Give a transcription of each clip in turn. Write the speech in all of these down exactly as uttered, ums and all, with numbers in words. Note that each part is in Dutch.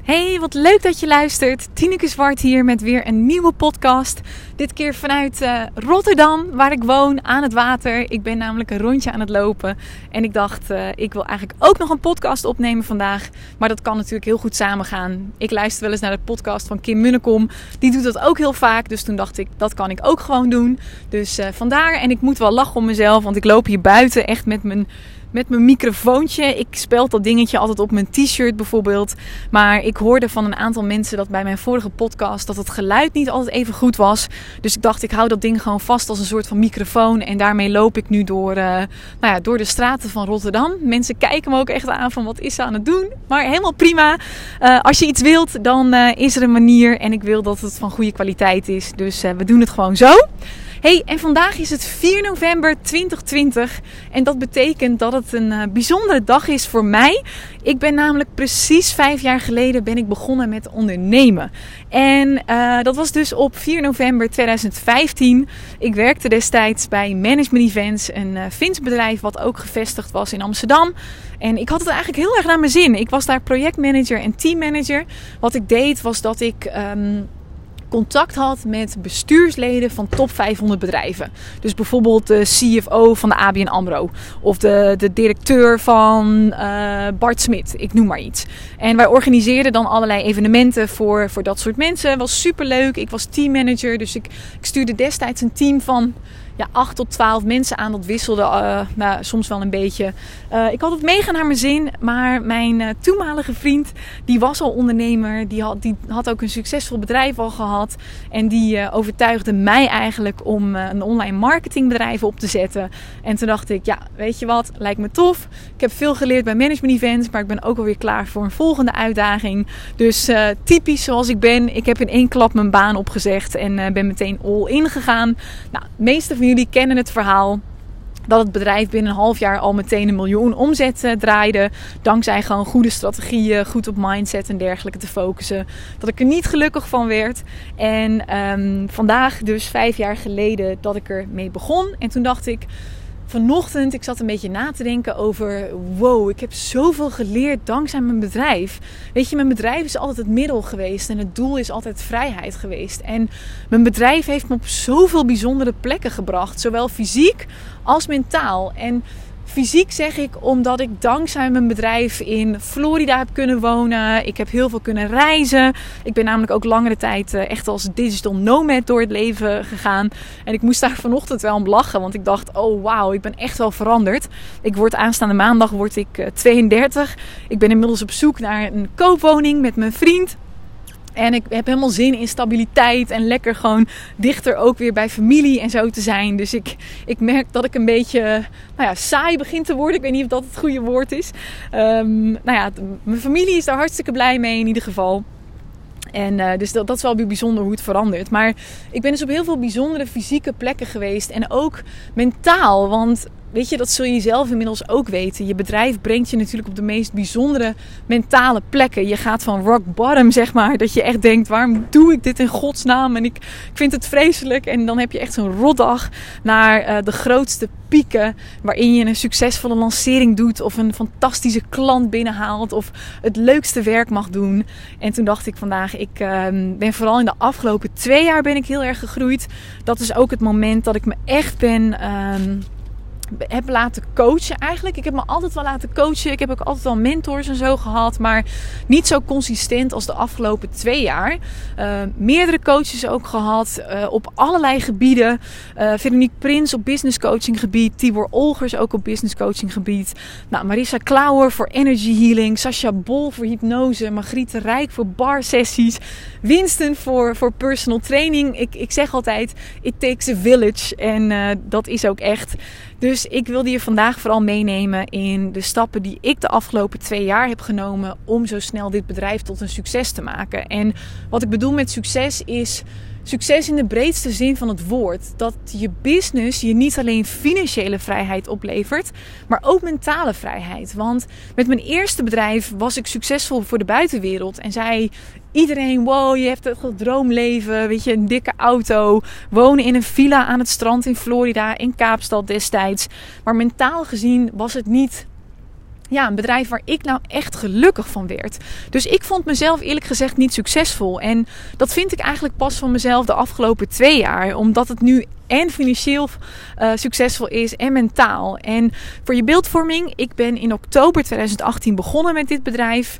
Hey, wat leuk dat je luistert. Tineke Zwart hier met weer een nieuwe podcast. Dit keer vanuit uh, Rotterdam, waar ik woon, aan het water. Ik ben namelijk een rondje aan het lopen. En ik dacht, uh, ik wil eigenlijk ook nog een podcast opnemen vandaag. Maar dat kan natuurlijk heel goed samengaan. Ik luister wel eens naar de podcast van Kim Munnekom. Die doet dat ook heel vaak. Dus toen dacht ik, dat kan ik ook gewoon doen. Dus uh, vandaar. En ik moet wel lachen om mezelf. Want ik loop hier buiten echt met mijn... Met mijn microfoontje. Ik speld dat dingetje altijd op mijn t-shirt bijvoorbeeld. Maar ik hoorde van een aantal mensen dat bij mijn vorige podcast dat het geluid niet altijd even goed was. Dus ik dacht, ik hou dat ding gewoon vast als een soort van microfoon. En daarmee loop ik nu door, uh, nou ja, door de straten van Rotterdam. Mensen kijken me ook echt aan van wat is ze aan het doen. Maar helemaal prima. Uh, als je iets wilt, dan uh, is er een manier. En ik wil dat het van goede kwaliteit is. Dus uh, we doen het gewoon zo. Hey, en vandaag is het vier november twintig twintig en dat betekent dat het een uh, bijzondere dag is voor mij. Ik ben namelijk precies vijf jaar geleden ben ik begonnen met ondernemen. En uh, dat was dus op vier november tweeduizend vijftien. Ik werkte destijds bij Management Events, een uh, Fins bedrijf wat ook gevestigd was in Amsterdam. En ik had het eigenlijk heel erg naar mijn zin. Ik was daar projectmanager en teammanager. Wat ik deed was dat ik... Um, contact had met bestuursleden van top vijfhonderd bedrijven. Dus bijvoorbeeld de C F O van de A B N AMRO. Of de, de directeur van uh, Bart Smit. Ik noem maar iets. En wij organiseerden dan allerlei evenementen voor, voor dat soort mensen. Het was superleuk. Ik was teammanager. Dus ik, ik stuurde destijds een team van... Ja, acht tot twaalf mensen aan. Dat wisselde uh, nou, soms wel een beetje. Uh, ik had het mega naar mijn zin. Maar mijn uh, toenmalige vriend, die was al ondernemer. Die had, die had ook een succesvol bedrijf al gehad. En die uh, overtuigde mij eigenlijk om uh, een online marketingbedrijf op te zetten. En toen dacht ik, ja, weet je wat, lijkt me tof. Ik heb veel geleerd bij management events. Maar ik ben ook alweer klaar voor een volgende uitdaging. Dus uh, typisch zoals ik ben. Ik heb in één klap mijn baan opgezegd. En uh, ben meteen all in gegaan. Nou, de meeste van jullie kennen het verhaal dat het bedrijf binnen een half jaar al meteen een miljoen omzet uh, draaide. Dankzij gewoon goede strategieën, goed op mindset en dergelijke te focussen. Dat ik er niet gelukkig van werd. En um, vandaag dus vijf jaar geleden dat ik er mee begon. En toen dacht ik... Vanochtend, ik zat een beetje na te denken over... Wow, ik heb zoveel geleerd dankzij mijn bedrijf. Weet je, mijn bedrijf is altijd het middel geweest. En het doel is altijd vrijheid geweest. En mijn bedrijf heeft me op zoveel bijzondere plekken gebracht. Zowel fysiek als mentaal. En... Fysiek zeg ik omdat ik dankzij mijn bedrijf in Florida heb kunnen wonen. Ik heb heel veel kunnen reizen. Ik ben namelijk ook langere tijd echt als digital nomad door het leven gegaan. En ik moest daar vanochtend wel om lachen. Want ik dacht, oh wauw, ik ben echt wel veranderd. Ik word aanstaande maandag word ik tweeëndertig. Ik ben inmiddels op zoek naar een koopwoning met mijn vriend. En ik heb helemaal zin in stabiliteit en lekker gewoon dichter ook weer bij familie en zo te zijn. Dus ik, ik merk dat ik een beetje nou ja, saai begin te worden. Ik weet niet of dat het goede woord is. Um, nou ja, mijn familie is daar hartstikke blij mee in ieder geval. En uh, dus dat, dat is wel weer bijzonder hoe het verandert. Maar ik ben dus op heel veel bijzondere fysieke plekken geweest. En ook mentaal, want... Weet je, dat zul je zelf inmiddels ook weten. Je bedrijf brengt je natuurlijk op de meest bijzondere mentale plekken. Je gaat van rock bottom, zeg maar. Dat je echt denkt, waarom doe ik dit in godsnaam? En ik, ik vind het vreselijk. En dan heb je echt zo'n rotdag naar uh, de grootste pieken. Waarin je een succesvolle lancering doet. Of een fantastische klant binnenhaalt. Of het leukste werk mag doen. En toen dacht ik vandaag, ik uh, ben vooral in de afgelopen twee jaar ben ik heel erg gegroeid. Dat is ook het moment dat ik me echt ben... Uh, heb laten coachen eigenlijk. Ik heb me altijd wel laten coachen. Ik heb ook altijd wel mentors en zo gehad. Maar niet zo consistent als de afgelopen twee jaar. Uh, meerdere coaches ook gehad. Uh, op allerlei gebieden. Uh, Veronique Prins op business coaching gebied. Tibor Olgers ook op business coaching gebied. Nou, Marissa Klauwer voor energy healing. Sascha Bol voor hypnose. Margriete Rijk voor bar sessies. Winston voor, voor personal training. Ik, ik zeg altijd, it takes a village. En uh, dat is ook echt... Dus ik wilde je vandaag vooral meenemen in de stappen die ik de afgelopen twee jaar heb genomen om zo snel dit bedrijf tot een succes te maken. En wat ik bedoel met succes is succes in de breedste zin van het woord. Dat je business je niet alleen financiële vrijheid oplevert, maar ook mentale vrijheid. Want met mijn eerste bedrijf was ik succesvol voor de buitenwereld en zei iedereen, wow, je hebt het droomleven, weet je, een dikke auto, wonen in een villa aan het strand in Florida, in Kaapstad destijds. Maar mentaal gezien was het niet ja, een bedrijf waar ik nou echt gelukkig van werd. Dus ik vond mezelf eerlijk gezegd niet succesvol. En dat vind ik eigenlijk pas van mezelf de afgelopen twee jaar. Omdat het nu en financieel uh, succesvol is en mentaal. En voor je beeldvorming, ik ben in oktober twintig achttien begonnen met dit bedrijf.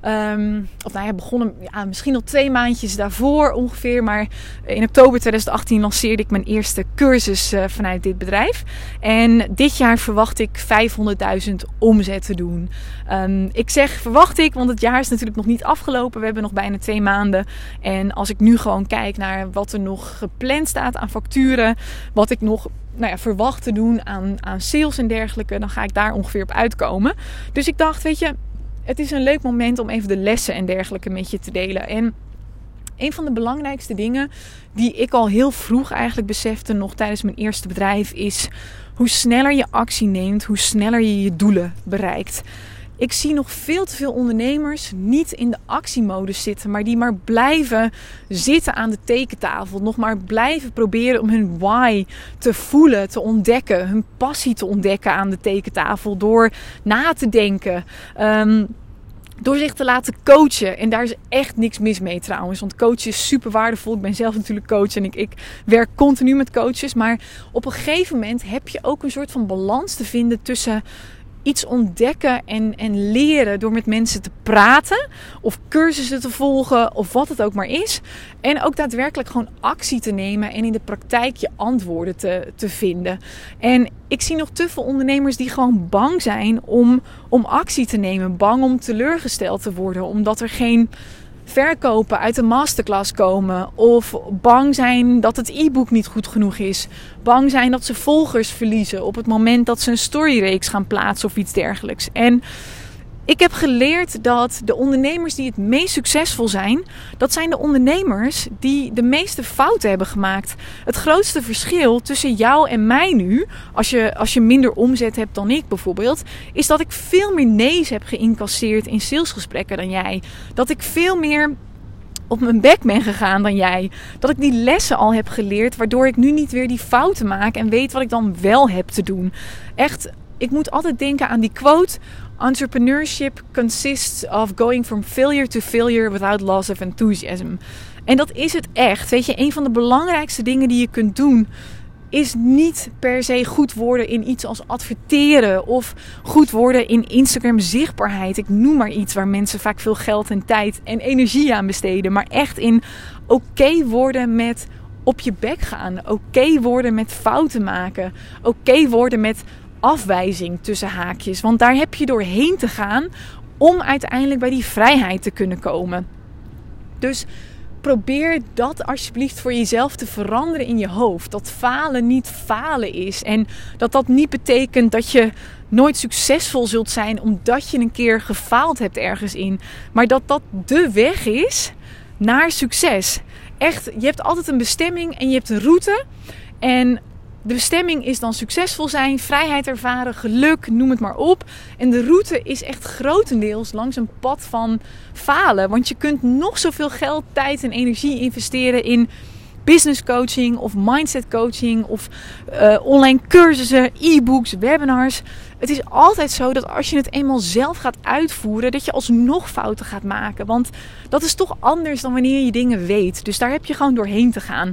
Um, of nou ja, begonnen ja, misschien al twee maandjes daarvoor ongeveer. Maar in oktober twintig achttien lanceerde ik mijn eerste cursus uh, vanuit dit bedrijf. En dit jaar verwacht ik vijfhonderdduizend omzet te doen. Um, ik zeg verwacht ik, want het jaar is natuurlijk nog niet afgelopen. We hebben nog bijna twee maanden. En als ik nu gewoon kijk naar wat er nog gepland staat aan facturen. Wat ik nog nou ja, verwacht te doen aan, aan sales en dergelijke. Dan ga ik daar ongeveer op uitkomen. Dus ik dacht, weet je, het is een leuk moment om even de lessen en dergelijke met je te delen. En een van de belangrijkste dingen die ik al heel vroeg eigenlijk besefte, nog tijdens mijn eerste bedrijf, is hoe sneller je actie neemt, hoe sneller je je doelen bereikt. Ik zie nog veel te veel ondernemers niet in de actiemodus zitten, maar die maar blijven zitten aan de tekentafel. Nog maar blijven proberen om hun why te voelen, te ontdekken. Hun passie te ontdekken aan de tekentafel door na te denken. Um, Door zich te laten coachen. En daar is echt niks mis mee trouwens. Want coachen is super waardevol. Ik ben zelf natuurlijk coach. En ik, ik werk continu met coaches. Maar op een gegeven moment heb je ook een soort van balans te vinden tussen iets ontdekken en, en leren door met mensen te praten. Of cursussen te volgen. Of wat het ook maar is. En ook daadwerkelijk gewoon actie te nemen. En in de praktijk je antwoorden te, te vinden. En ik zie nog te veel ondernemers die gewoon bang zijn om, om actie te nemen. Bang om teleurgesteld te worden. Omdat er geen verkopen uit de masterclass komen. Of bang zijn dat het e-book niet goed genoeg is. Bang zijn dat ze volgers verliezen op het moment dat ze een storyreeks gaan plaatsen of iets dergelijks. En ik heb geleerd dat de ondernemers die het meest succesvol zijn, dat zijn de ondernemers die de meeste fouten hebben gemaakt. Het grootste verschil tussen jou en mij nu, als je, als je minder omzet hebt dan ik bijvoorbeeld, is dat ik veel meer nee's heb geïncasseerd in salesgesprekken dan jij. Dat ik veel meer op mijn bek ben gegaan dan jij. Dat ik die lessen al heb geleerd, waardoor ik nu niet weer die fouten maak en weet wat ik dan wel heb te doen. Echt, ik moet altijd denken aan die quote: entrepreneurship consists of going from failure to failure without loss of enthusiasm. En dat is het echt. Weet je, een van de belangrijkste dingen die je kunt doen is niet per se goed worden in iets als adverteren of goed worden in Instagram zichtbaarheid. Ik noem maar iets waar mensen vaak veel geld en tijd en energie aan besteden. Maar echt in oké worden met op je bek gaan. Oké worden met fouten maken. Oké worden met afwijzing tussen haakjes. Want daar heb je doorheen te gaan om uiteindelijk bij die vrijheid te kunnen komen. Dus probeer dat alsjeblieft voor jezelf te veranderen in je hoofd. Dat falen niet falen is. En dat dat niet betekent dat je nooit succesvol zult zijn omdat je een keer gefaald hebt ergens in. Maar dat dat de weg is naar succes. Echt, je hebt altijd een bestemming en je hebt een route. En de bestemming is dan succesvol zijn, vrijheid ervaren, geluk, noem het maar op. En de route is echt grotendeels langs een pad van falen. Want je kunt nog zoveel geld, tijd en energie investeren in business coaching of mindset coaching of uh, online cursussen, e-books, webinars. Het is altijd zo dat als je het eenmaal zelf gaat uitvoeren, dat je alsnog fouten gaat maken. Want dat is toch anders dan wanneer je dingen weet. Dus daar heb je gewoon doorheen te gaan.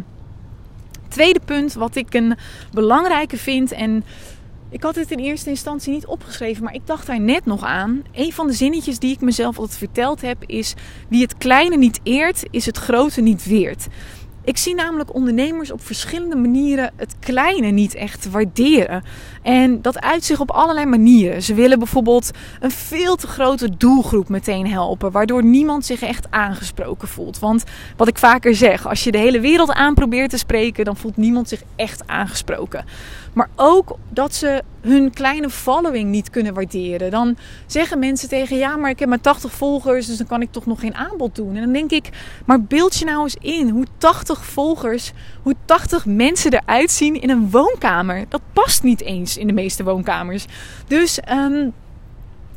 Tweede punt wat ik een belangrijke vind, en ik had het in eerste instantie niet opgeschreven, maar ik dacht daar net nog aan. Een van de zinnetjes die ik mezelf altijd verteld heb is: wie het kleine niet eert, is het grote niet weert. Ik zie namelijk ondernemers op verschillende manieren het kleine niet echt waarderen. En dat uit zich op allerlei manieren. Ze willen bijvoorbeeld een veel te grote doelgroep meteen helpen, waardoor niemand zich echt aangesproken voelt. Want wat ik vaker zeg, als je de hele wereld aan probeert te spreken, dan voelt niemand zich echt aangesproken. Maar ook dat ze hun kleine following niet kunnen waarderen. Dan zeggen mensen tegen, ja, maar ik heb maar tachtig volgers, dus dan kan ik toch nog geen aanbod doen. En dan denk ik, maar beeld je nou eens in hoe tachtig volgers, hoe tachtig mensen eruit zien in een woonkamer. Dat past niet eens in de meeste woonkamers. Dus um,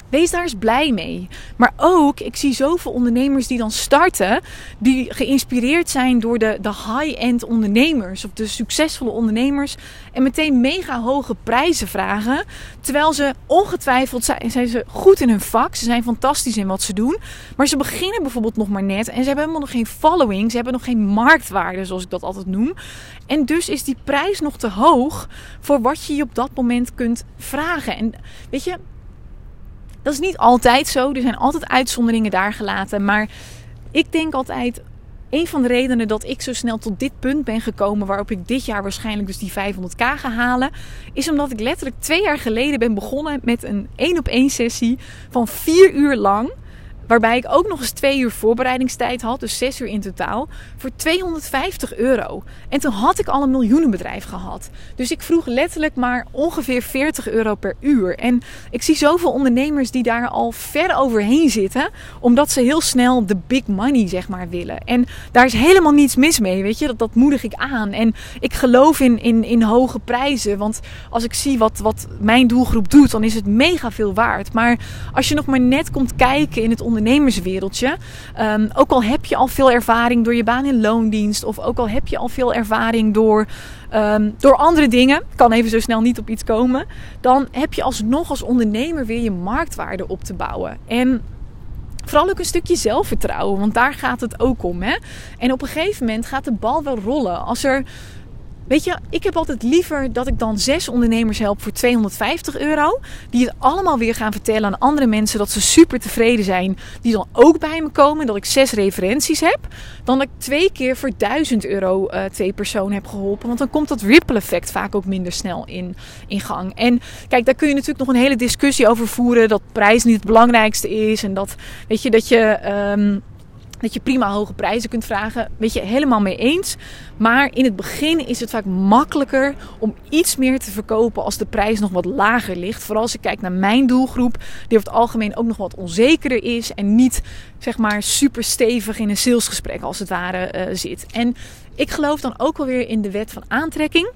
Wees daar eens blij mee. Maar ook, ik zie zoveel ondernemers die dan starten, die geïnspireerd zijn door de, de high-end ondernemers of de succesvolle ondernemers en meteen mega hoge prijzen vragen. Terwijl ze ongetwijfeld zijn, zijn ze goed in hun vak, ze zijn fantastisch in wat ze doen. Maar ze beginnen bijvoorbeeld nog maar net en ze hebben helemaal nog geen following, ze hebben nog geen marktwaarde, zoals ik dat altijd noem. En dus is die prijs nog te hoog voor wat je je op dat moment kunt vragen. En weet je, dat is niet altijd zo. Er zijn altijd uitzonderingen daar gelaten. Maar ik denk altijd, een van de redenen dat ik zo snel tot dit punt ben gekomen, waarop ik dit jaar waarschijnlijk dus die vijfhonderd k ga halen, is omdat ik letterlijk twee jaar geleden ben begonnen met een één op één sessie van vier uur lang. Waarbij ik ook nog eens twee uur voorbereidingstijd had. Dus zes uur in totaal. Voor tweehonderdvijftig euro. En toen had ik al een miljoenenbedrijf gehad. Dus ik vroeg letterlijk maar ongeveer veertig euro per uur. En ik zie zoveel ondernemers die daar al ver overheen zitten. Omdat ze heel snel de big money zeg maar willen. En daar is helemaal niets mis mee. Weet je? Dat, dat moedig ik aan. En ik geloof in, in, in hoge prijzen. Want als ik zie wat, wat mijn doelgroep doet, dan is het mega veel waard. Maar als je nog maar net komt kijken in het ondernemen. ondernemerswereldje. Um, ook al heb je al veel ervaring door je baan in loondienst. Of ook al heb je al veel ervaring door, um, door andere dingen. Kan even zo snel niet op iets komen. Dan heb je alsnog als ondernemer weer je marktwaarde op te bouwen. En vooral ook een stukje zelfvertrouwen. Want daar gaat het ook om. Hè? En op een gegeven moment gaat de bal wel rollen. Als er... Weet je, ik heb altijd liever dat ik dan zes ondernemers help voor tweehonderdvijftig euro. Die het allemaal weer gaan vertellen aan andere mensen dat ze super tevreden zijn. Die dan ook bij me komen. Dat ik zes referenties heb. Dan dat ik twee keer voor duizend euro uh, twee personen heb geholpen. Want dan komt dat ripple effect vaak ook minder snel in, in gang. En kijk, daar kun je natuurlijk nog een hele discussie over voeren. Dat prijs niet het belangrijkste is. En dat, weet je, dat je... Um, Dat je prima hoge prijzen kunt vragen. Weet je, helemaal mee eens. Maar in het begin is het vaak makkelijker om iets meer te verkopen als de prijs nog wat lager ligt. Vooral als ik kijk naar mijn doelgroep. Die over het algemeen ook nog wat onzekerder is. En niet, zeg maar, super stevig in een salesgesprek als het ware uh, zit. En ik geloof dan ook alweer in de wet van aantrekking.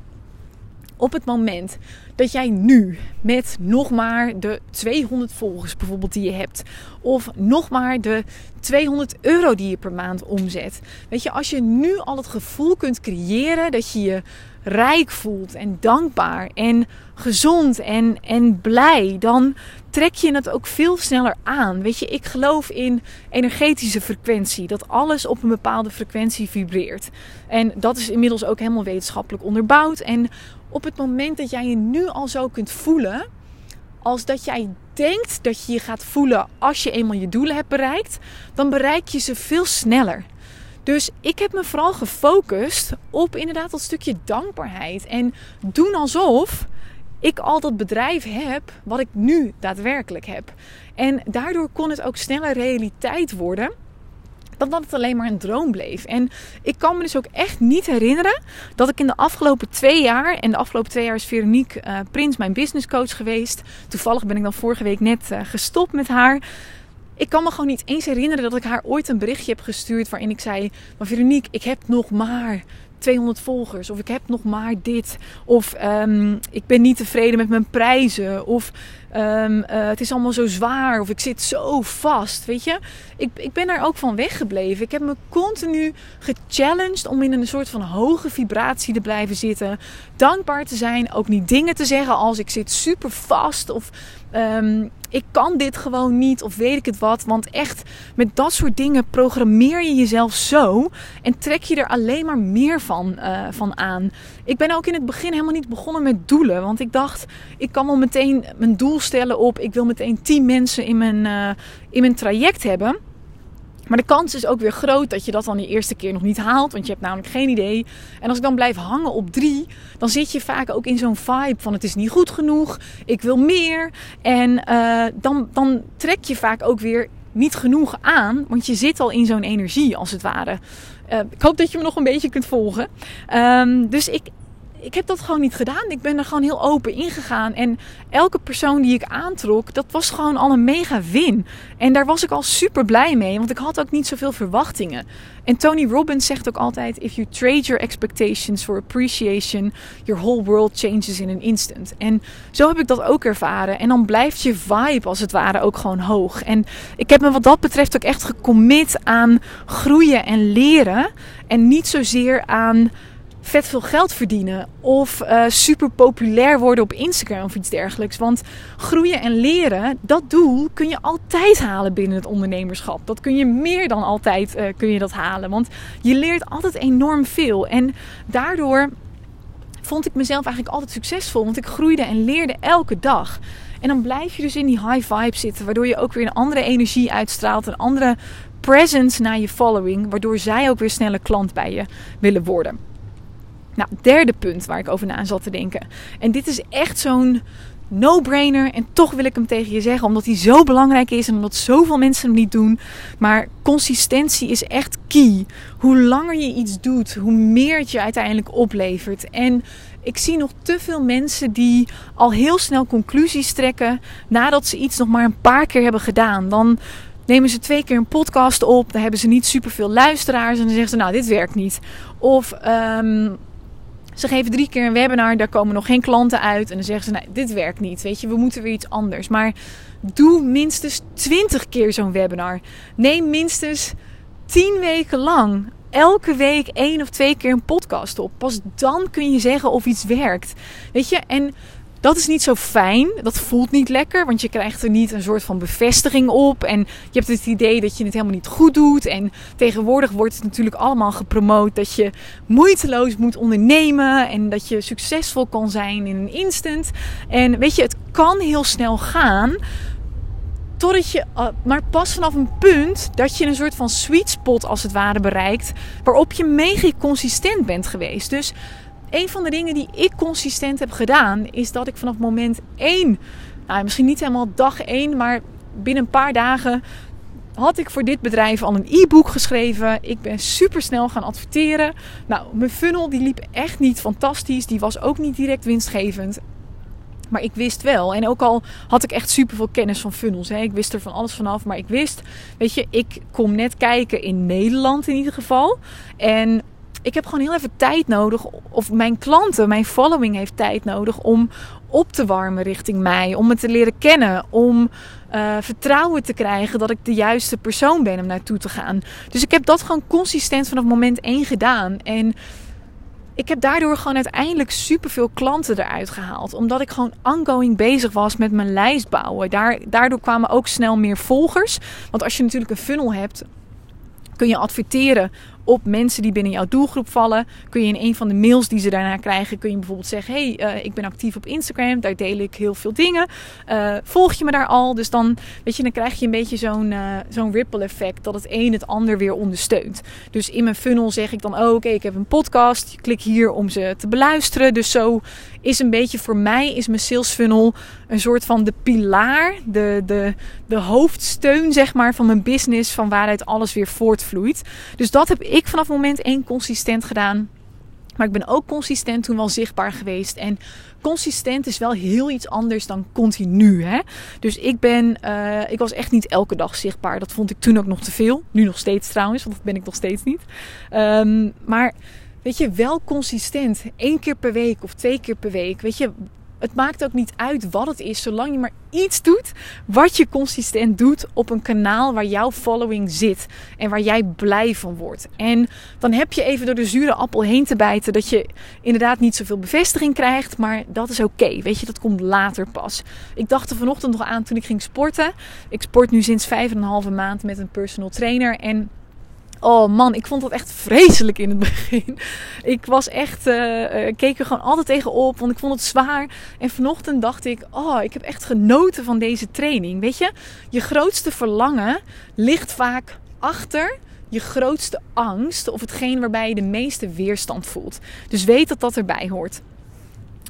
Op het moment dat jij nu met nog maar de tweehonderd volgers bijvoorbeeld die je hebt. Of nog maar de tweehonderd euro die je per maand omzet. Weet je, als je nu al het gevoel kunt creëren dat je je rijk voelt en dankbaar en gezond en, en blij, dan trek je het ook veel sneller aan. Weet je, ik geloof in energetische frequentie. Dat alles op een bepaalde frequentie vibreert. En dat is inmiddels ook helemaal wetenschappelijk onderbouwd. En op het moment dat jij je nu al zo kunt voelen, als dat jij denkt dat je je gaat voelen als je eenmaal je doelen hebt bereikt, dan bereik je ze veel sneller. Dus ik heb me vooral gefocust op inderdaad dat stukje dankbaarheid. En doen alsof ik al dat bedrijf heb wat ik nu daadwerkelijk heb. En daardoor kon het ook sneller realiteit worden dan dat het alleen maar een droom bleef. En ik kan me dus ook echt niet herinneren dat ik in de afgelopen twee jaar... en de afgelopen twee jaar is Veronique uh, Prins mijn businesscoach geweest. Toevallig ben ik dan vorige week net uh, gestopt met haar. Ik kan me gewoon niet eens herinneren dat ik haar ooit een berichtje heb gestuurd waarin ik zei: maar Veronique, ik heb nog maar tweehonderd volgers. Of ik heb nog maar dit. Of um, ik ben niet tevreden met mijn prijzen. Of um, uh, het is allemaal zo zwaar. Of ik zit zo vast. Weet je? Ik, ik ben daar ook van weggebleven. Ik heb me continu gechallenged om in een soort van hoge vibratie te blijven zitten. Dankbaar te zijn. Ook niet dingen te zeggen als ik zit super vast. Of um, ik kan dit gewoon niet. Of weet ik het wat. Want echt met dat soort dingen programmeer je jezelf zo. En trek je er alleen maar meer van, uh, van aan. Ik ben ook in het begin helemaal niet begonnen met doelen. Want ik dacht, ik kan wel meteen mijn doel stellen op. Ik wil meteen tien mensen in mijn, uh, in mijn traject hebben. Maar de kans is ook weer groot dat je dat dan de eerste keer nog niet haalt. Want je hebt namelijk geen idee. En als ik dan blijf hangen op drie, dan zit je vaak ook in zo'n vibe van het is niet goed genoeg. Ik wil meer. En uh, dan, dan trek je vaak ook weer niet genoeg aan. Want je zit al in zo'n energie als het ware. Uh, ik hoop dat je me nog een beetje kunt volgen. Um, dus ik... ik heb dat gewoon niet gedaan. Ik ben er gewoon heel open ingegaan. En elke persoon die ik aantrok, dat was gewoon al een mega win. En daar was ik al super blij mee. Want ik had ook niet zoveel verwachtingen. En Tony Robbins zegt ook altijd: if you trade your expectations for appreciation, your whole world changes in an instant. En zo heb ik dat ook ervaren. En dan blijft je vibe als het ware ook gewoon hoog. En ik heb me wat dat betreft ook echt gecommit aan groeien en leren. En niet zozeer aan vet veel geld verdienen of uh, super populair worden op Instagram of iets dergelijks. Want groeien en leren, dat doel kun je altijd halen binnen het ondernemerschap. Dat kun je meer dan altijd uh, kun je dat halen. Want je leert altijd enorm veel. En daardoor vond ik mezelf eigenlijk altijd succesvol. Want ik groeide en leerde elke dag. En dan blijf je dus in die high vibe zitten. Waardoor je ook weer een andere energie uitstraalt. Een andere presence naar je following. Waardoor zij ook weer sneller klant bij je willen worden. Nou, derde punt waar ik over na zat te denken. En dit is echt zo'n no-brainer. En toch wil ik hem tegen je zeggen. Omdat hij zo belangrijk is. En omdat zoveel mensen hem niet doen. Maar consistentie is echt key. Hoe langer je iets doet, hoe meer het je uiteindelijk oplevert. En ik zie nog te veel mensen die al heel snel conclusies trekken. Nadat ze iets nog maar een paar keer hebben gedaan. Dan nemen ze twee keer een podcast op. Dan hebben ze niet superveel luisteraars. En dan zeggen ze, nou, dit werkt niet. Of Um, Ze geven drie keer een webinar, daar komen nog geen klanten uit. En dan zeggen ze, nee, dit werkt niet. Weet je, we moeten weer iets anders. Maar doe minstens twintig keer zo'n webinar. Neem minstens tien weken lang elke week één of twee keer een podcast op. Pas dan kun je zeggen of iets werkt. Weet je, en dat is niet zo fijn. Dat voelt niet lekker. Want je krijgt er niet een soort van bevestiging op. En je hebt het idee dat je het helemaal niet goed doet. En tegenwoordig wordt het natuurlijk allemaal gepromoot dat je moeiteloos moet ondernemen. En dat je succesvol kan zijn in een instant. En weet je, het kan heel snel gaan. Totdat je, uh, maar pas vanaf een punt dat je een soort van sweet spot als het ware bereikt. Waarop je mega consistent bent geweest. Dus een van de dingen die ik consistent heb gedaan, is dat ik vanaf moment één, nou, misschien niet helemaal dag één, maar binnen een paar dagen had ik voor dit bedrijf al een e-book geschreven. Ik ben super snel gaan adverteren. Nou, mijn funnel die liep echt niet fantastisch. Die was ook niet direct winstgevend. Maar ik wist wel. En ook al had ik echt super veel kennis van funnels. Hè. Ik wist er van alles vanaf. Maar ik wist, weet je, ik kom net kijken in Nederland in ieder geval. En ik heb gewoon heel even tijd nodig. Of mijn klanten, mijn following heeft tijd nodig om op te warmen richting mij. Om me te leren kennen. Om uh, vertrouwen te krijgen dat ik de juiste persoon ben om naartoe te gaan. Dus ik heb dat gewoon consistent vanaf moment één gedaan. En ik heb daardoor gewoon uiteindelijk superveel klanten eruit gehaald. Omdat ik gewoon ongoing bezig was met mijn lijst bouwen. Daar, daardoor kwamen ook snel meer volgers. Want als je natuurlijk een funnel hebt, kun je adverteren op mensen die binnen jouw doelgroep vallen. Kun je in een van de mails die ze daarna krijgen, kun je bijvoorbeeld zeggen, hey, uh, ik ben actief op Instagram, daar deel ik heel veel dingen. Uh, volg je me daar al? Dus dan, weet je, dan krijg je een beetje zo'n, uh, zo'n ripple effect, dat het een het ander weer ondersteunt. Dus in mijn funnel zeg ik dan, oh oké, okay, ik heb een podcast, je klik hier om ze te beluisteren. Dus zo is een beetje, voor mij is mijn sales funnel een soort van de pilaar, de, de, de hoofdsteun zeg maar van mijn business, van waaruit alles weer voortvloeit. Dus dat heb ik vanaf moment één consistent gedaan. Maar ik ben ook consistent toen wel zichtbaar geweest. En consistent is wel heel iets anders dan continu. Hè? Dus ik ben, uh, ik was echt niet elke dag zichtbaar. Dat vond ik toen ook nog te veel. Nu nog steeds trouwens, want dat ben ik nog steeds niet. Um, maar weet je, wel consistent. Eén keer per week of twee keer per week. Weet je, het maakt ook niet uit wat het is, zolang je maar iets doet wat je consistent doet op een kanaal waar jouw following zit en waar jij blij van wordt. En dan heb je even door de zure appel heen te bijten dat je inderdaad niet zoveel bevestiging krijgt, maar dat is oké. Okay. Weet je, dat komt later pas. Ik dacht er vanochtend nog aan toen ik ging sporten. Ik sport nu sinds vijf en een halve maand met een personal trainer en oh man, ik vond dat echt vreselijk in het begin. Ik was echt, uh, keek er gewoon altijd tegenop, want ik vond het zwaar. En vanochtend dacht ik, oh, ik heb echt genoten van deze training. Weet je, je grootste verlangen ligt vaak achter je grootste angst of hetgeen waarbij je de meeste weerstand voelt. Dus weet dat dat erbij hoort.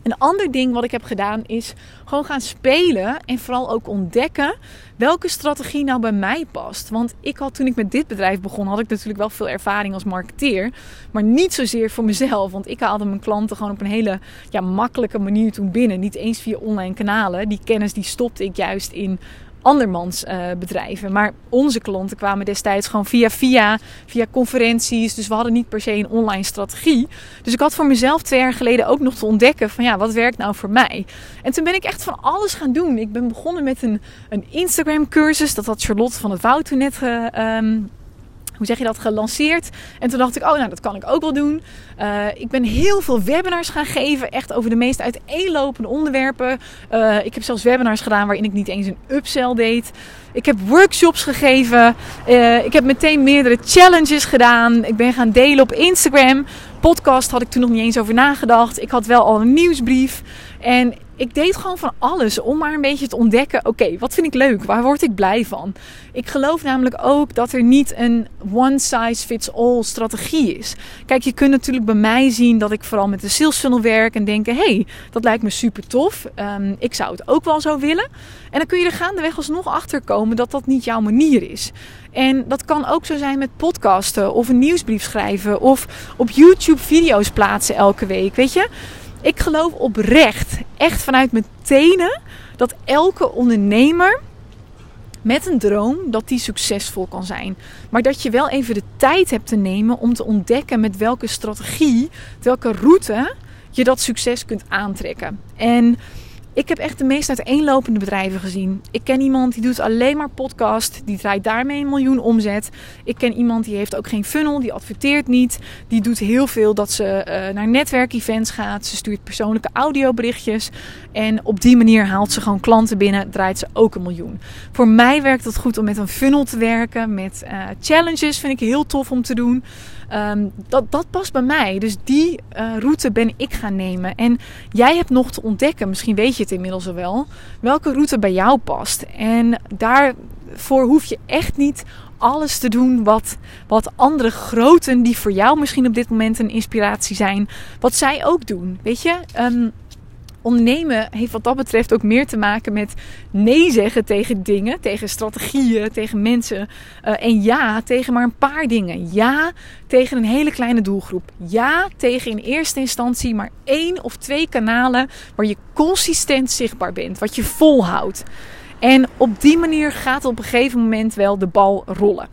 Een ander ding wat ik heb gedaan is gewoon gaan spelen en vooral ook ontdekken welke strategie nou bij mij past. Want ik had toen ik met dit bedrijf begon, had ik natuurlijk wel veel ervaring als marketeer. Maar niet zozeer voor mezelf. Want ik haalde mijn klanten gewoon op een hele ja, makkelijke manier toen binnen. Niet eens via online kanalen. Die kennis die stopte ik juist in andermans uh, bedrijven. Maar onze klanten kwamen destijds gewoon via via, via conferenties. Dus we hadden niet per se een online strategie. Dus ik had voor mezelf twee jaar geleden ook nog te ontdekken van ja, wat werkt nou voor mij? En toen ben ik echt van alles gaan doen. Ik ben begonnen met een, een Instagram cursus. Dat had Charlotte van het Woud toen net ge, um, hoe zeg je dat, gelanceerd. En toen dacht ik, oh nou, dat kan ik ook wel doen. Uh, ik ben heel veel webinars gaan geven. Echt over de meest uiteenlopende onderwerpen. Uh, ik heb zelfs webinars gedaan waarin ik niet eens een upsell deed. Ik heb workshops gegeven. Uh, ik heb meteen meerdere challenges gedaan. Ik ben gaan delen op Instagram. Podcast had ik toen nog niet eens over nagedacht. Ik had wel al een nieuwsbrief. En ik deed gewoon van alles om maar een beetje te ontdekken. Oké, okay, wat vind ik leuk? Waar word ik blij van? Ik geloof namelijk ook dat er niet een one size fits all strategie is. Kijk, je kunt natuurlijk bij mij zien dat ik vooral met de sales funnel werk. En denken, hé, hey, dat lijkt me super tof. Um, ik zou het ook wel zo willen. En dan kun je er gaandeweg alsnog achter komen dat dat niet jouw manier is. En dat kan ook zo zijn met podcasten of een nieuwsbrief schrijven. Of op YouTube video's plaatsen elke week, weet je. Ik geloof oprecht, echt vanuit mijn tenen, dat elke ondernemer met een droom, dat die succesvol kan zijn. Maar dat je wel even de tijd hebt te nemen om te ontdekken met welke strategie, welke route je dat succes kunt aantrekken. En ik heb echt de meest uiteenlopende bedrijven gezien. Ik ken iemand die doet alleen maar podcast. Die draait daarmee een miljoen omzet. Ik ken iemand die heeft ook geen funnel. Die adverteert niet. Die doet heel veel dat ze uh, naar netwerkevents gaat. Ze stuurt persoonlijke audioberichtjes. En op die manier haalt ze gewoon klanten binnen. Draait ze ook een miljoen. Voor mij werkt het goed om met een funnel te werken. Met uh, challenges vind ik heel tof om te doen. Um, dat, dat past bij mij. Dus die uh, route ben ik gaan nemen. En jij hebt nog te ontdekken, misschien weet je het inmiddels al wel, welke route bij jou past. En daarvoor hoef je echt niet alles te doen wat, wat andere groten die voor jou misschien op dit moment een inspiratie zijn, wat zij ook doen. Weet je, um, ondernemen heeft wat dat betreft ook meer te maken met nee zeggen tegen dingen, tegen strategieën, tegen mensen. Uh, en ja tegen maar een paar dingen. Ja tegen een hele kleine doelgroep. Ja tegen in eerste instantie maar één of twee kanalen waar je consistent zichtbaar bent, wat je volhoudt. En op die manier gaat op een gegeven moment wel de bal rollen.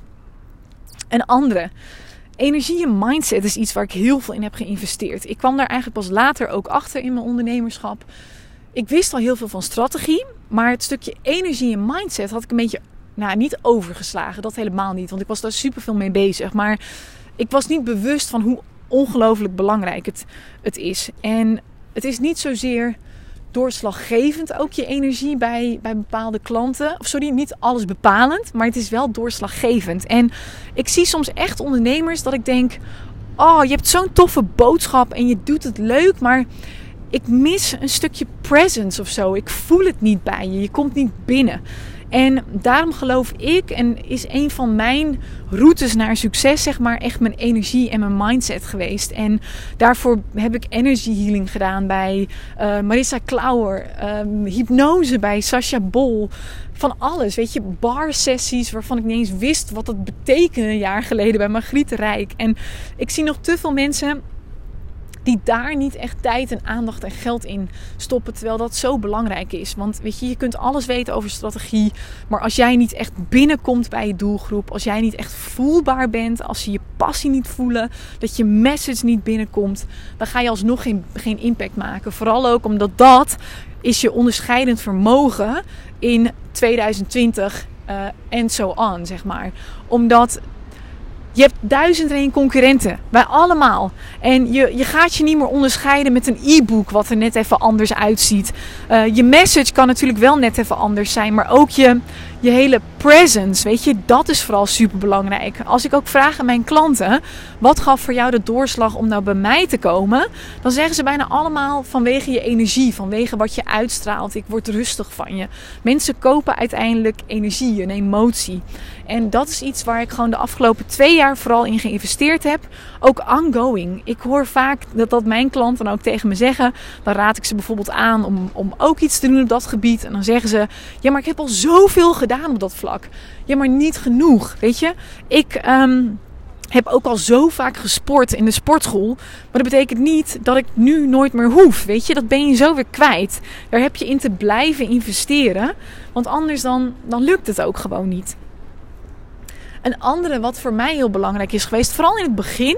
Een andere. Energie en mindset is iets waar ik heel veel in heb geïnvesteerd. Ik kwam daar eigenlijk pas later ook achter in mijn ondernemerschap. Ik wist al heel veel van strategie, maar het stukje energie en mindset had ik een beetje, nou, niet overgeslagen. Dat helemaal niet, want ik was daar super veel mee bezig. Maar ik was niet bewust van hoe ongelooflijk belangrijk het, het is. En het is niet zozeer doorslaggevend ook je energie bij, bij bepaalde klanten. Of sorry, niet alles bepalend, maar het is wel doorslaggevend. En ik zie soms echt ondernemers dat ik denk, oh, je hebt zo'n toffe boodschap en je doet het leuk, maar ik mis een stukje presence of zo. Ik voel het niet bij je. Je komt niet binnen. En daarom geloof ik, en is een van mijn routes naar succes, zeg maar, echt mijn energie en mijn mindset geweest. En daarvoor heb ik energy healing gedaan bij uh, Marissa Klauer, um, hypnose bij Sascha Bol. Van alles, weet je, bar sessies waarvan ik niet eens wist wat dat betekende een jaar geleden bij Margriet Rijk. En ik zie nog te veel mensen die daar niet echt tijd en aandacht en geld in stoppen. Terwijl dat zo belangrijk is. Want weet je, je kunt alles weten over strategie. Maar als jij niet echt binnenkomt bij je doelgroep. Als jij niet echt voelbaar bent. Als ze je passie niet voelen. Dat je message niet binnenkomt. Dan ga je alsnog geen, geen impact maken. Vooral ook omdat dat is je onderscheidend vermogen in tweeduizend twintig uh, en zo on, zeg maar. Omdat je hebt duizend en één concurrenten. Wij allemaal. En je, je gaat je niet meer onderscheiden met een e-book wat er net even anders uitziet. Uh, je message kan natuurlijk wel net even anders zijn. Maar ook je, je hele presence, weet je, dat is vooral super belangrijk. Als ik ook vraag aan mijn klanten, wat gaf voor jou de doorslag om nou bij mij te komen? Dan zeggen ze bijna allemaal vanwege je energie, vanwege wat je uitstraalt. Ik word rustig van je. Mensen kopen uiteindelijk energie, een emotie. En dat is iets waar ik gewoon de afgelopen twee jaar vooral in geïnvesteerd heb. Ook ongoing. Ik hoor vaak dat, dat mijn klanten ook tegen me zeggen. Dan raad ik ze bijvoorbeeld aan om, om ook iets te doen op dat gebied. En dan zeggen ze, ja, maar ik heb al zoveel gedaan op dat vlak. Ja, maar niet genoeg, weet je. Ik um, heb ook al zo vaak gesport in de sportschool. Maar dat betekent niet dat ik nu nooit meer hoef, weet je. Dat ben je zo weer kwijt. Daar heb je in te blijven investeren. Want anders dan, dan lukt het ook gewoon niet. Een andere wat voor mij heel belangrijk is geweest, vooral in het begin,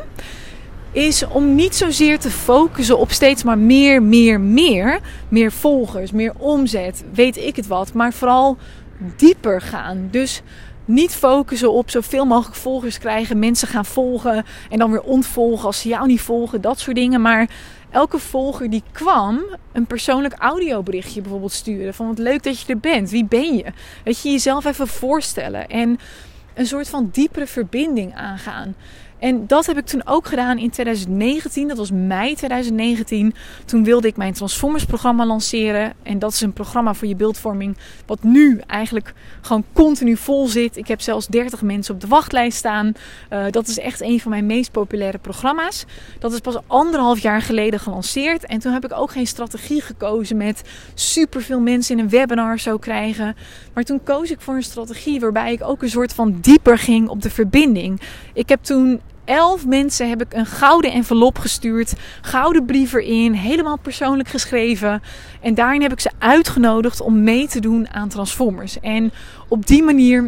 is om niet zozeer te focussen op steeds maar meer, meer, meer. Meer volgers, meer omzet, weet ik het wat. Maar vooral dieper gaan. Dus niet focussen op zoveel mogelijk volgers krijgen, mensen gaan volgen en dan weer ontvolgen als ze jou niet volgen, dat soort dingen. Maar elke volger die kwam, een persoonlijk audioberichtje bijvoorbeeld sturen. Van wat leuk dat je er bent, wie ben je? Weet je, jezelf even voorstellen en een soort van diepere verbinding aangaan. En dat heb ik toen ook gedaan in twintig negentien. Dat was mei twintig negentien. Toen wilde ik mijn Transformers programma lanceren. En dat is een programma voor je beeldvorming wat nu eigenlijk gewoon continu vol zit. Ik heb zelfs dertig mensen op de wachtlijst staan. Uh, dat is echt een van mijn meest populaire programma's. Dat is pas anderhalf jaar geleden gelanceerd. En toen heb ik ook geen strategie gekozen met superveel mensen in een webinar zo krijgen. Maar toen koos ik voor een strategie waarbij ik ook een soort van dieper ging op de verbinding. Ik heb toen elf mensen heb ik een gouden envelop gestuurd. Gouden brief erin. Helemaal persoonlijk geschreven. En daarin heb ik ze uitgenodigd om mee te doen aan Transformers. En op die manier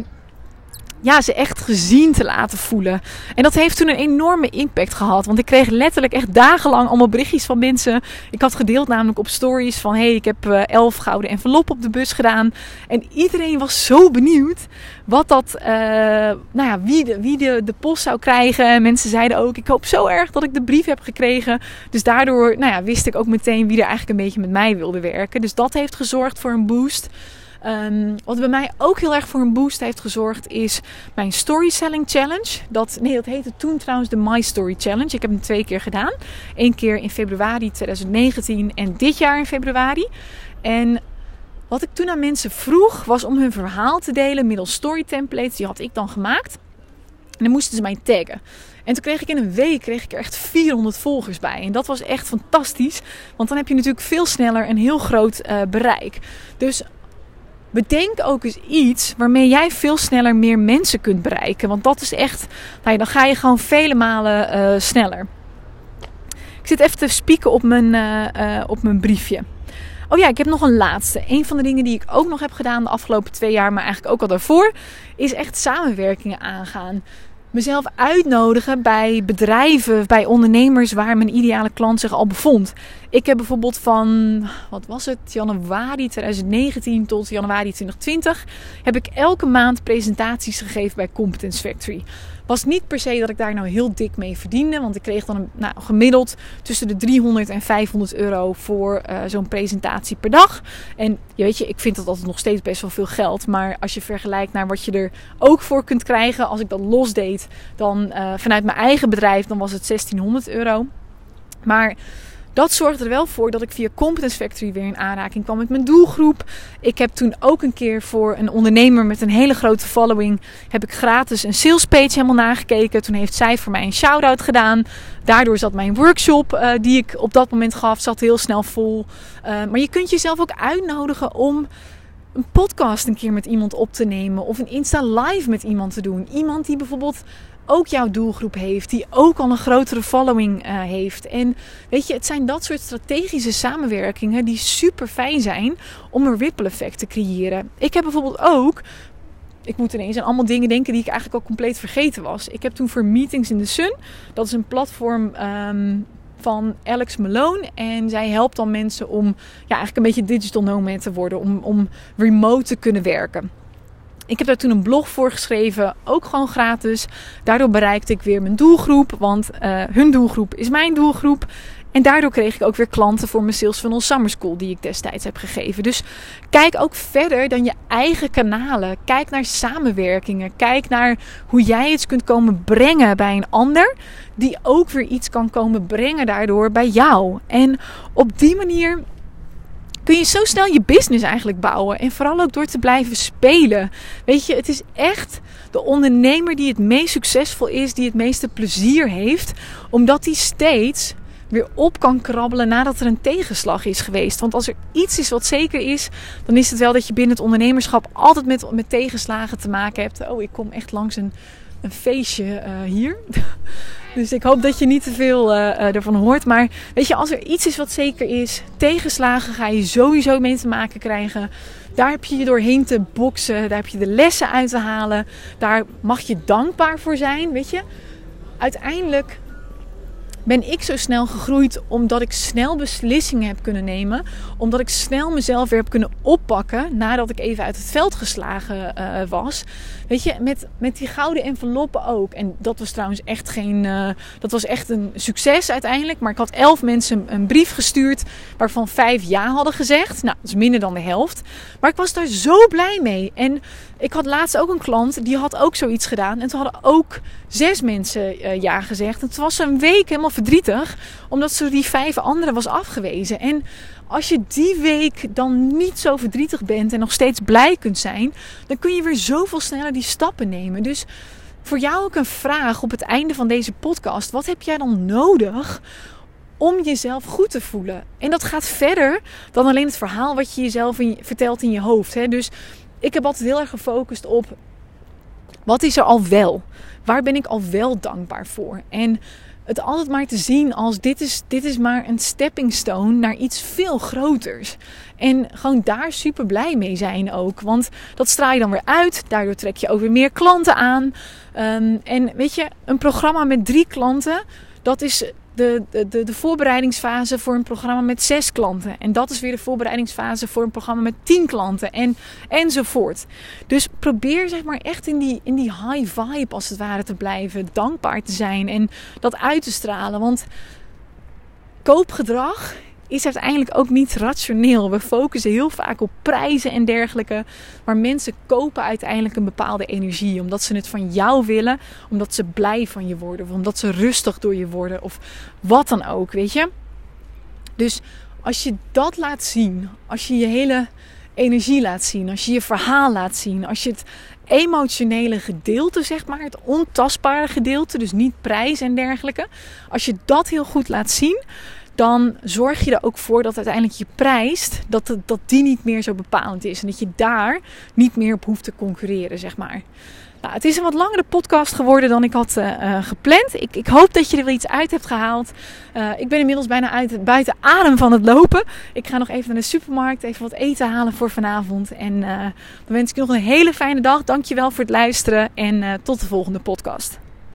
ja, ze echt gezien te laten voelen. En dat heeft toen een enorme impact gehad. Want ik kreeg letterlijk echt dagenlang allemaal berichtjes van mensen. Ik had gedeeld namelijk op stories van, hey, ik heb uh, elf gouden enveloppen op de bus gedaan. En iedereen was zo benieuwd wat dat, uh, nou ja, wie, de, wie de, de post zou krijgen. Mensen zeiden ook, ik hoop zo erg dat ik de brief heb gekregen. Dus daardoor, nou ja, wist ik ook meteen wie er eigenlijk een beetje met mij wilde werken. Dus dat heeft gezorgd voor een boost. Um, wat bij mij ook heel erg voor een boost heeft gezorgd is mijn Storytelling Challenge. Dat, nee, dat heette toen trouwens de My Story Challenge. Ik heb hem twee keer gedaan. Eén keer in februari twintig negentien en dit jaar in februari. En wat ik toen aan mensen vroeg was om hun verhaal te delen middels story templates. Die had ik dan gemaakt. En dan moesten ze mij taggen. En toen kreeg ik in een week kreeg ik er echt vierhonderd volgers bij. En dat was echt fantastisch. Want dan heb je natuurlijk veel sneller een heel groot uh, bereik. Dus bedenk ook eens iets waarmee jij veel sneller meer mensen kunt bereiken. Want dat is echt, nou ja, dan ga je gewoon vele malen uh, sneller. Ik zit even te spieken op mijn, uh, uh, op mijn briefje. Oh ja, ik heb nog een laatste. Een van de dingen die ik ook nog heb gedaan de afgelopen twee jaar, maar eigenlijk ook al daarvoor, is echt samenwerkingen aangaan. Mezelf uitnodigen bij bedrijven, bij ondernemers waar mijn ideale klant zich al bevond. Ik heb bijvoorbeeld van, wat was het, januari twintig negentien tot januari twintig twintig... heb ik elke maand presentaties gegeven bij Competence Factory. Was niet per se dat ik daar nou heel dik mee verdiende. Want ik kreeg dan een, nou, gemiddeld tussen de driehonderd en vijfhonderd euro voor uh, zo'n presentatie per dag. En je weet je, ik vind dat altijd nog steeds best wel veel geld. Maar als je vergelijkt naar wat je er ook voor kunt krijgen. Als ik dat los deed, dan uh, vanuit mijn eigen bedrijf, dan was het zestienhonderd euro. Maar dat zorgde er wel voor dat ik via Competence Factory weer in aanraking kwam met mijn doelgroep. Ik heb toen ook een keer voor een ondernemer met een hele grote following, heb ik gratis een salespage helemaal nagekeken. Toen heeft zij voor mij een shout-out gedaan. Daardoor zat mijn workshop uh, die ik op dat moment gaf, zat heel snel vol. Uh, maar je kunt jezelf ook uitnodigen om een podcast een keer met iemand op te nemen. Of een Insta live met iemand te doen. Iemand die bijvoorbeeld ook jouw doelgroep heeft. Die ook al een grotere following uh, heeft. En weet je, het zijn dat soort strategische samenwerkingen die super fijn zijn om een ripple effect te creëren. Ik heb bijvoorbeeld ook, ik moet ineens aan allemaal dingen denken die ik eigenlijk al compleet vergeten was. Ik heb toen voor Meetings in the Sun, dat is een platform um, van Alex Malone. En zij helpt dan mensen om ja, eigenlijk een beetje digital nomad te worden. Om, om remote te kunnen werken. Ik heb daar toen een blog voor geschreven, ook gewoon gratis. Daardoor bereikte ik weer mijn doelgroep, want uh, hun doelgroep is mijn doelgroep. En daardoor kreeg ik ook weer klanten voor mijn Sales Funnel Summer School die ik destijds heb gegeven. Dus kijk ook verder dan je eigen kanalen. Kijk naar samenwerkingen. Kijk naar hoe jij iets kunt komen brengen bij een ander, die ook weer iets kan komen brengen daardoor bij jou. En op die manier kun je zo snel je business eigenlijk bouwen. En vooral ook door te blijven spelen. Weet je, het is echt de ondernemer die het meest succesvol is, die het meeste plezier heeft, omdat hij steeds weer op kan krabbelen nadat er een tegenslag is geweest. Want als er iets is wat zeker is, dan is het wel dat je binnen het ondernemerschap altijd met, met tegenslagen te maken hebt. Oh, ik kom echt langs een, een feestje uh, hier. Dus ik hoop dat je niet te veel uh, uh, ervan hoort. Maar weet je, als er iets is wat zeker is, tegenslagen ga je sowieso mee te maken krijgen. Daar heb je je doorheen te boksen. Daar heb je de lessen uit te halen. Daar mag je dankbaar voor zijn, weet je. Uiteindelijk ben ik zo snel gegroeid omdat ik snel beslissingen heb kunnen nemen. Omdat ik snel mezelf weer heb kunnen oppakken nadat ik even uit het veld geslagen uh, was. Weet je, met, met die gouden enveloppen ook. En dat was trouwens echt geen... Uh, dat was echt een succes uiteindelijk. Maar ik had elf mensen een brief gestuurd waarvan vijf ja hadden gezegd. Nou, dat is minder dan de helft. Maar ik was daar zo blij mee. En ik had laatst ook een klant, die had ook zoiets gedaan. En toen hadden ook zes mensen uh, ja gezegd. En toen was ze een week helemaal verdrietig, omdat ze die vijf anderen was afgewezen. En als je die week dan niet zo verdrietig bent en nog steeds blij kunt zijn, dan kun je weer zoveel sneller die stappen nemen. Dus voor jou ook een vraag op het einde van deze podcast. Wat heb jij dan nodig om jezelf goed te voelen? En dat gaat verder dan alleen het verhaal wat je jezelf in, vertelt in je hoofd. Hè? Dus ik heb altijd heel erg gefocust op, wat is er al wel? Waar ben ik al wel dankbaar voor? En het altijd maar te zien als dit is, dit is maar een stepping stone naar iets veel groters. En gewoon daar super blij mee zijn ook. Want dat straal je dan weer uit. Daardoor trek je ook weer meer klanten aan. Um, en weet je, een programma met drie klanten, dat is de, de, de, de voorbereidingsfase voor een programma met zes klanten. En dat is weer de voorbereidingsfase voor een programma met tien klanten. En, enzovoort. Dus probeer zeg maar echt in die, in die high vibe als het ware te blijven. Dankbaar te zijn en dat uit te stralen. Want koopgedrag is uiteindelijk ook niet rationeel. We focussen heel vaak op prijzen en dergelijke. Maar mensen kopen uiteindelijk een bepaalde energie. Omdat ze het van jou willen. Omdat ze blij van je worden. Of omdat ze rustig door je worden. Of wat dan ook, weet je. Dus als je dat laat zien. Als je je hele energie laat zien. Als je je verhaal laat zien. Als je het emotionele gedeelte, zeg maar. Het ontastbare gedeelte. Dus niet prijs en dergelijke. Als je dat heel goed laat zien, dan zorg je er ook voor dat uiteindelijk je prijs, dat, het, dat die niet meer zo bepalend is. En dat je daar niet meer op hoeft te concurreren, zeg maar. Nou, het is een wat langere podcast geworden dan ik had uh, gepland. Ik, ik hoop dat je er wel iets uit hebt gehaald. Uh, ik ben inmiddels bijna uit, buiten adem van het lopen. Ik ga nog even naar de supermarkt, even wat eten halen voor vanavond. En uh, dan wens ik je nog een hele fijne dag. Dankjewel voor het luisteren en uh, tot de volgende podcast.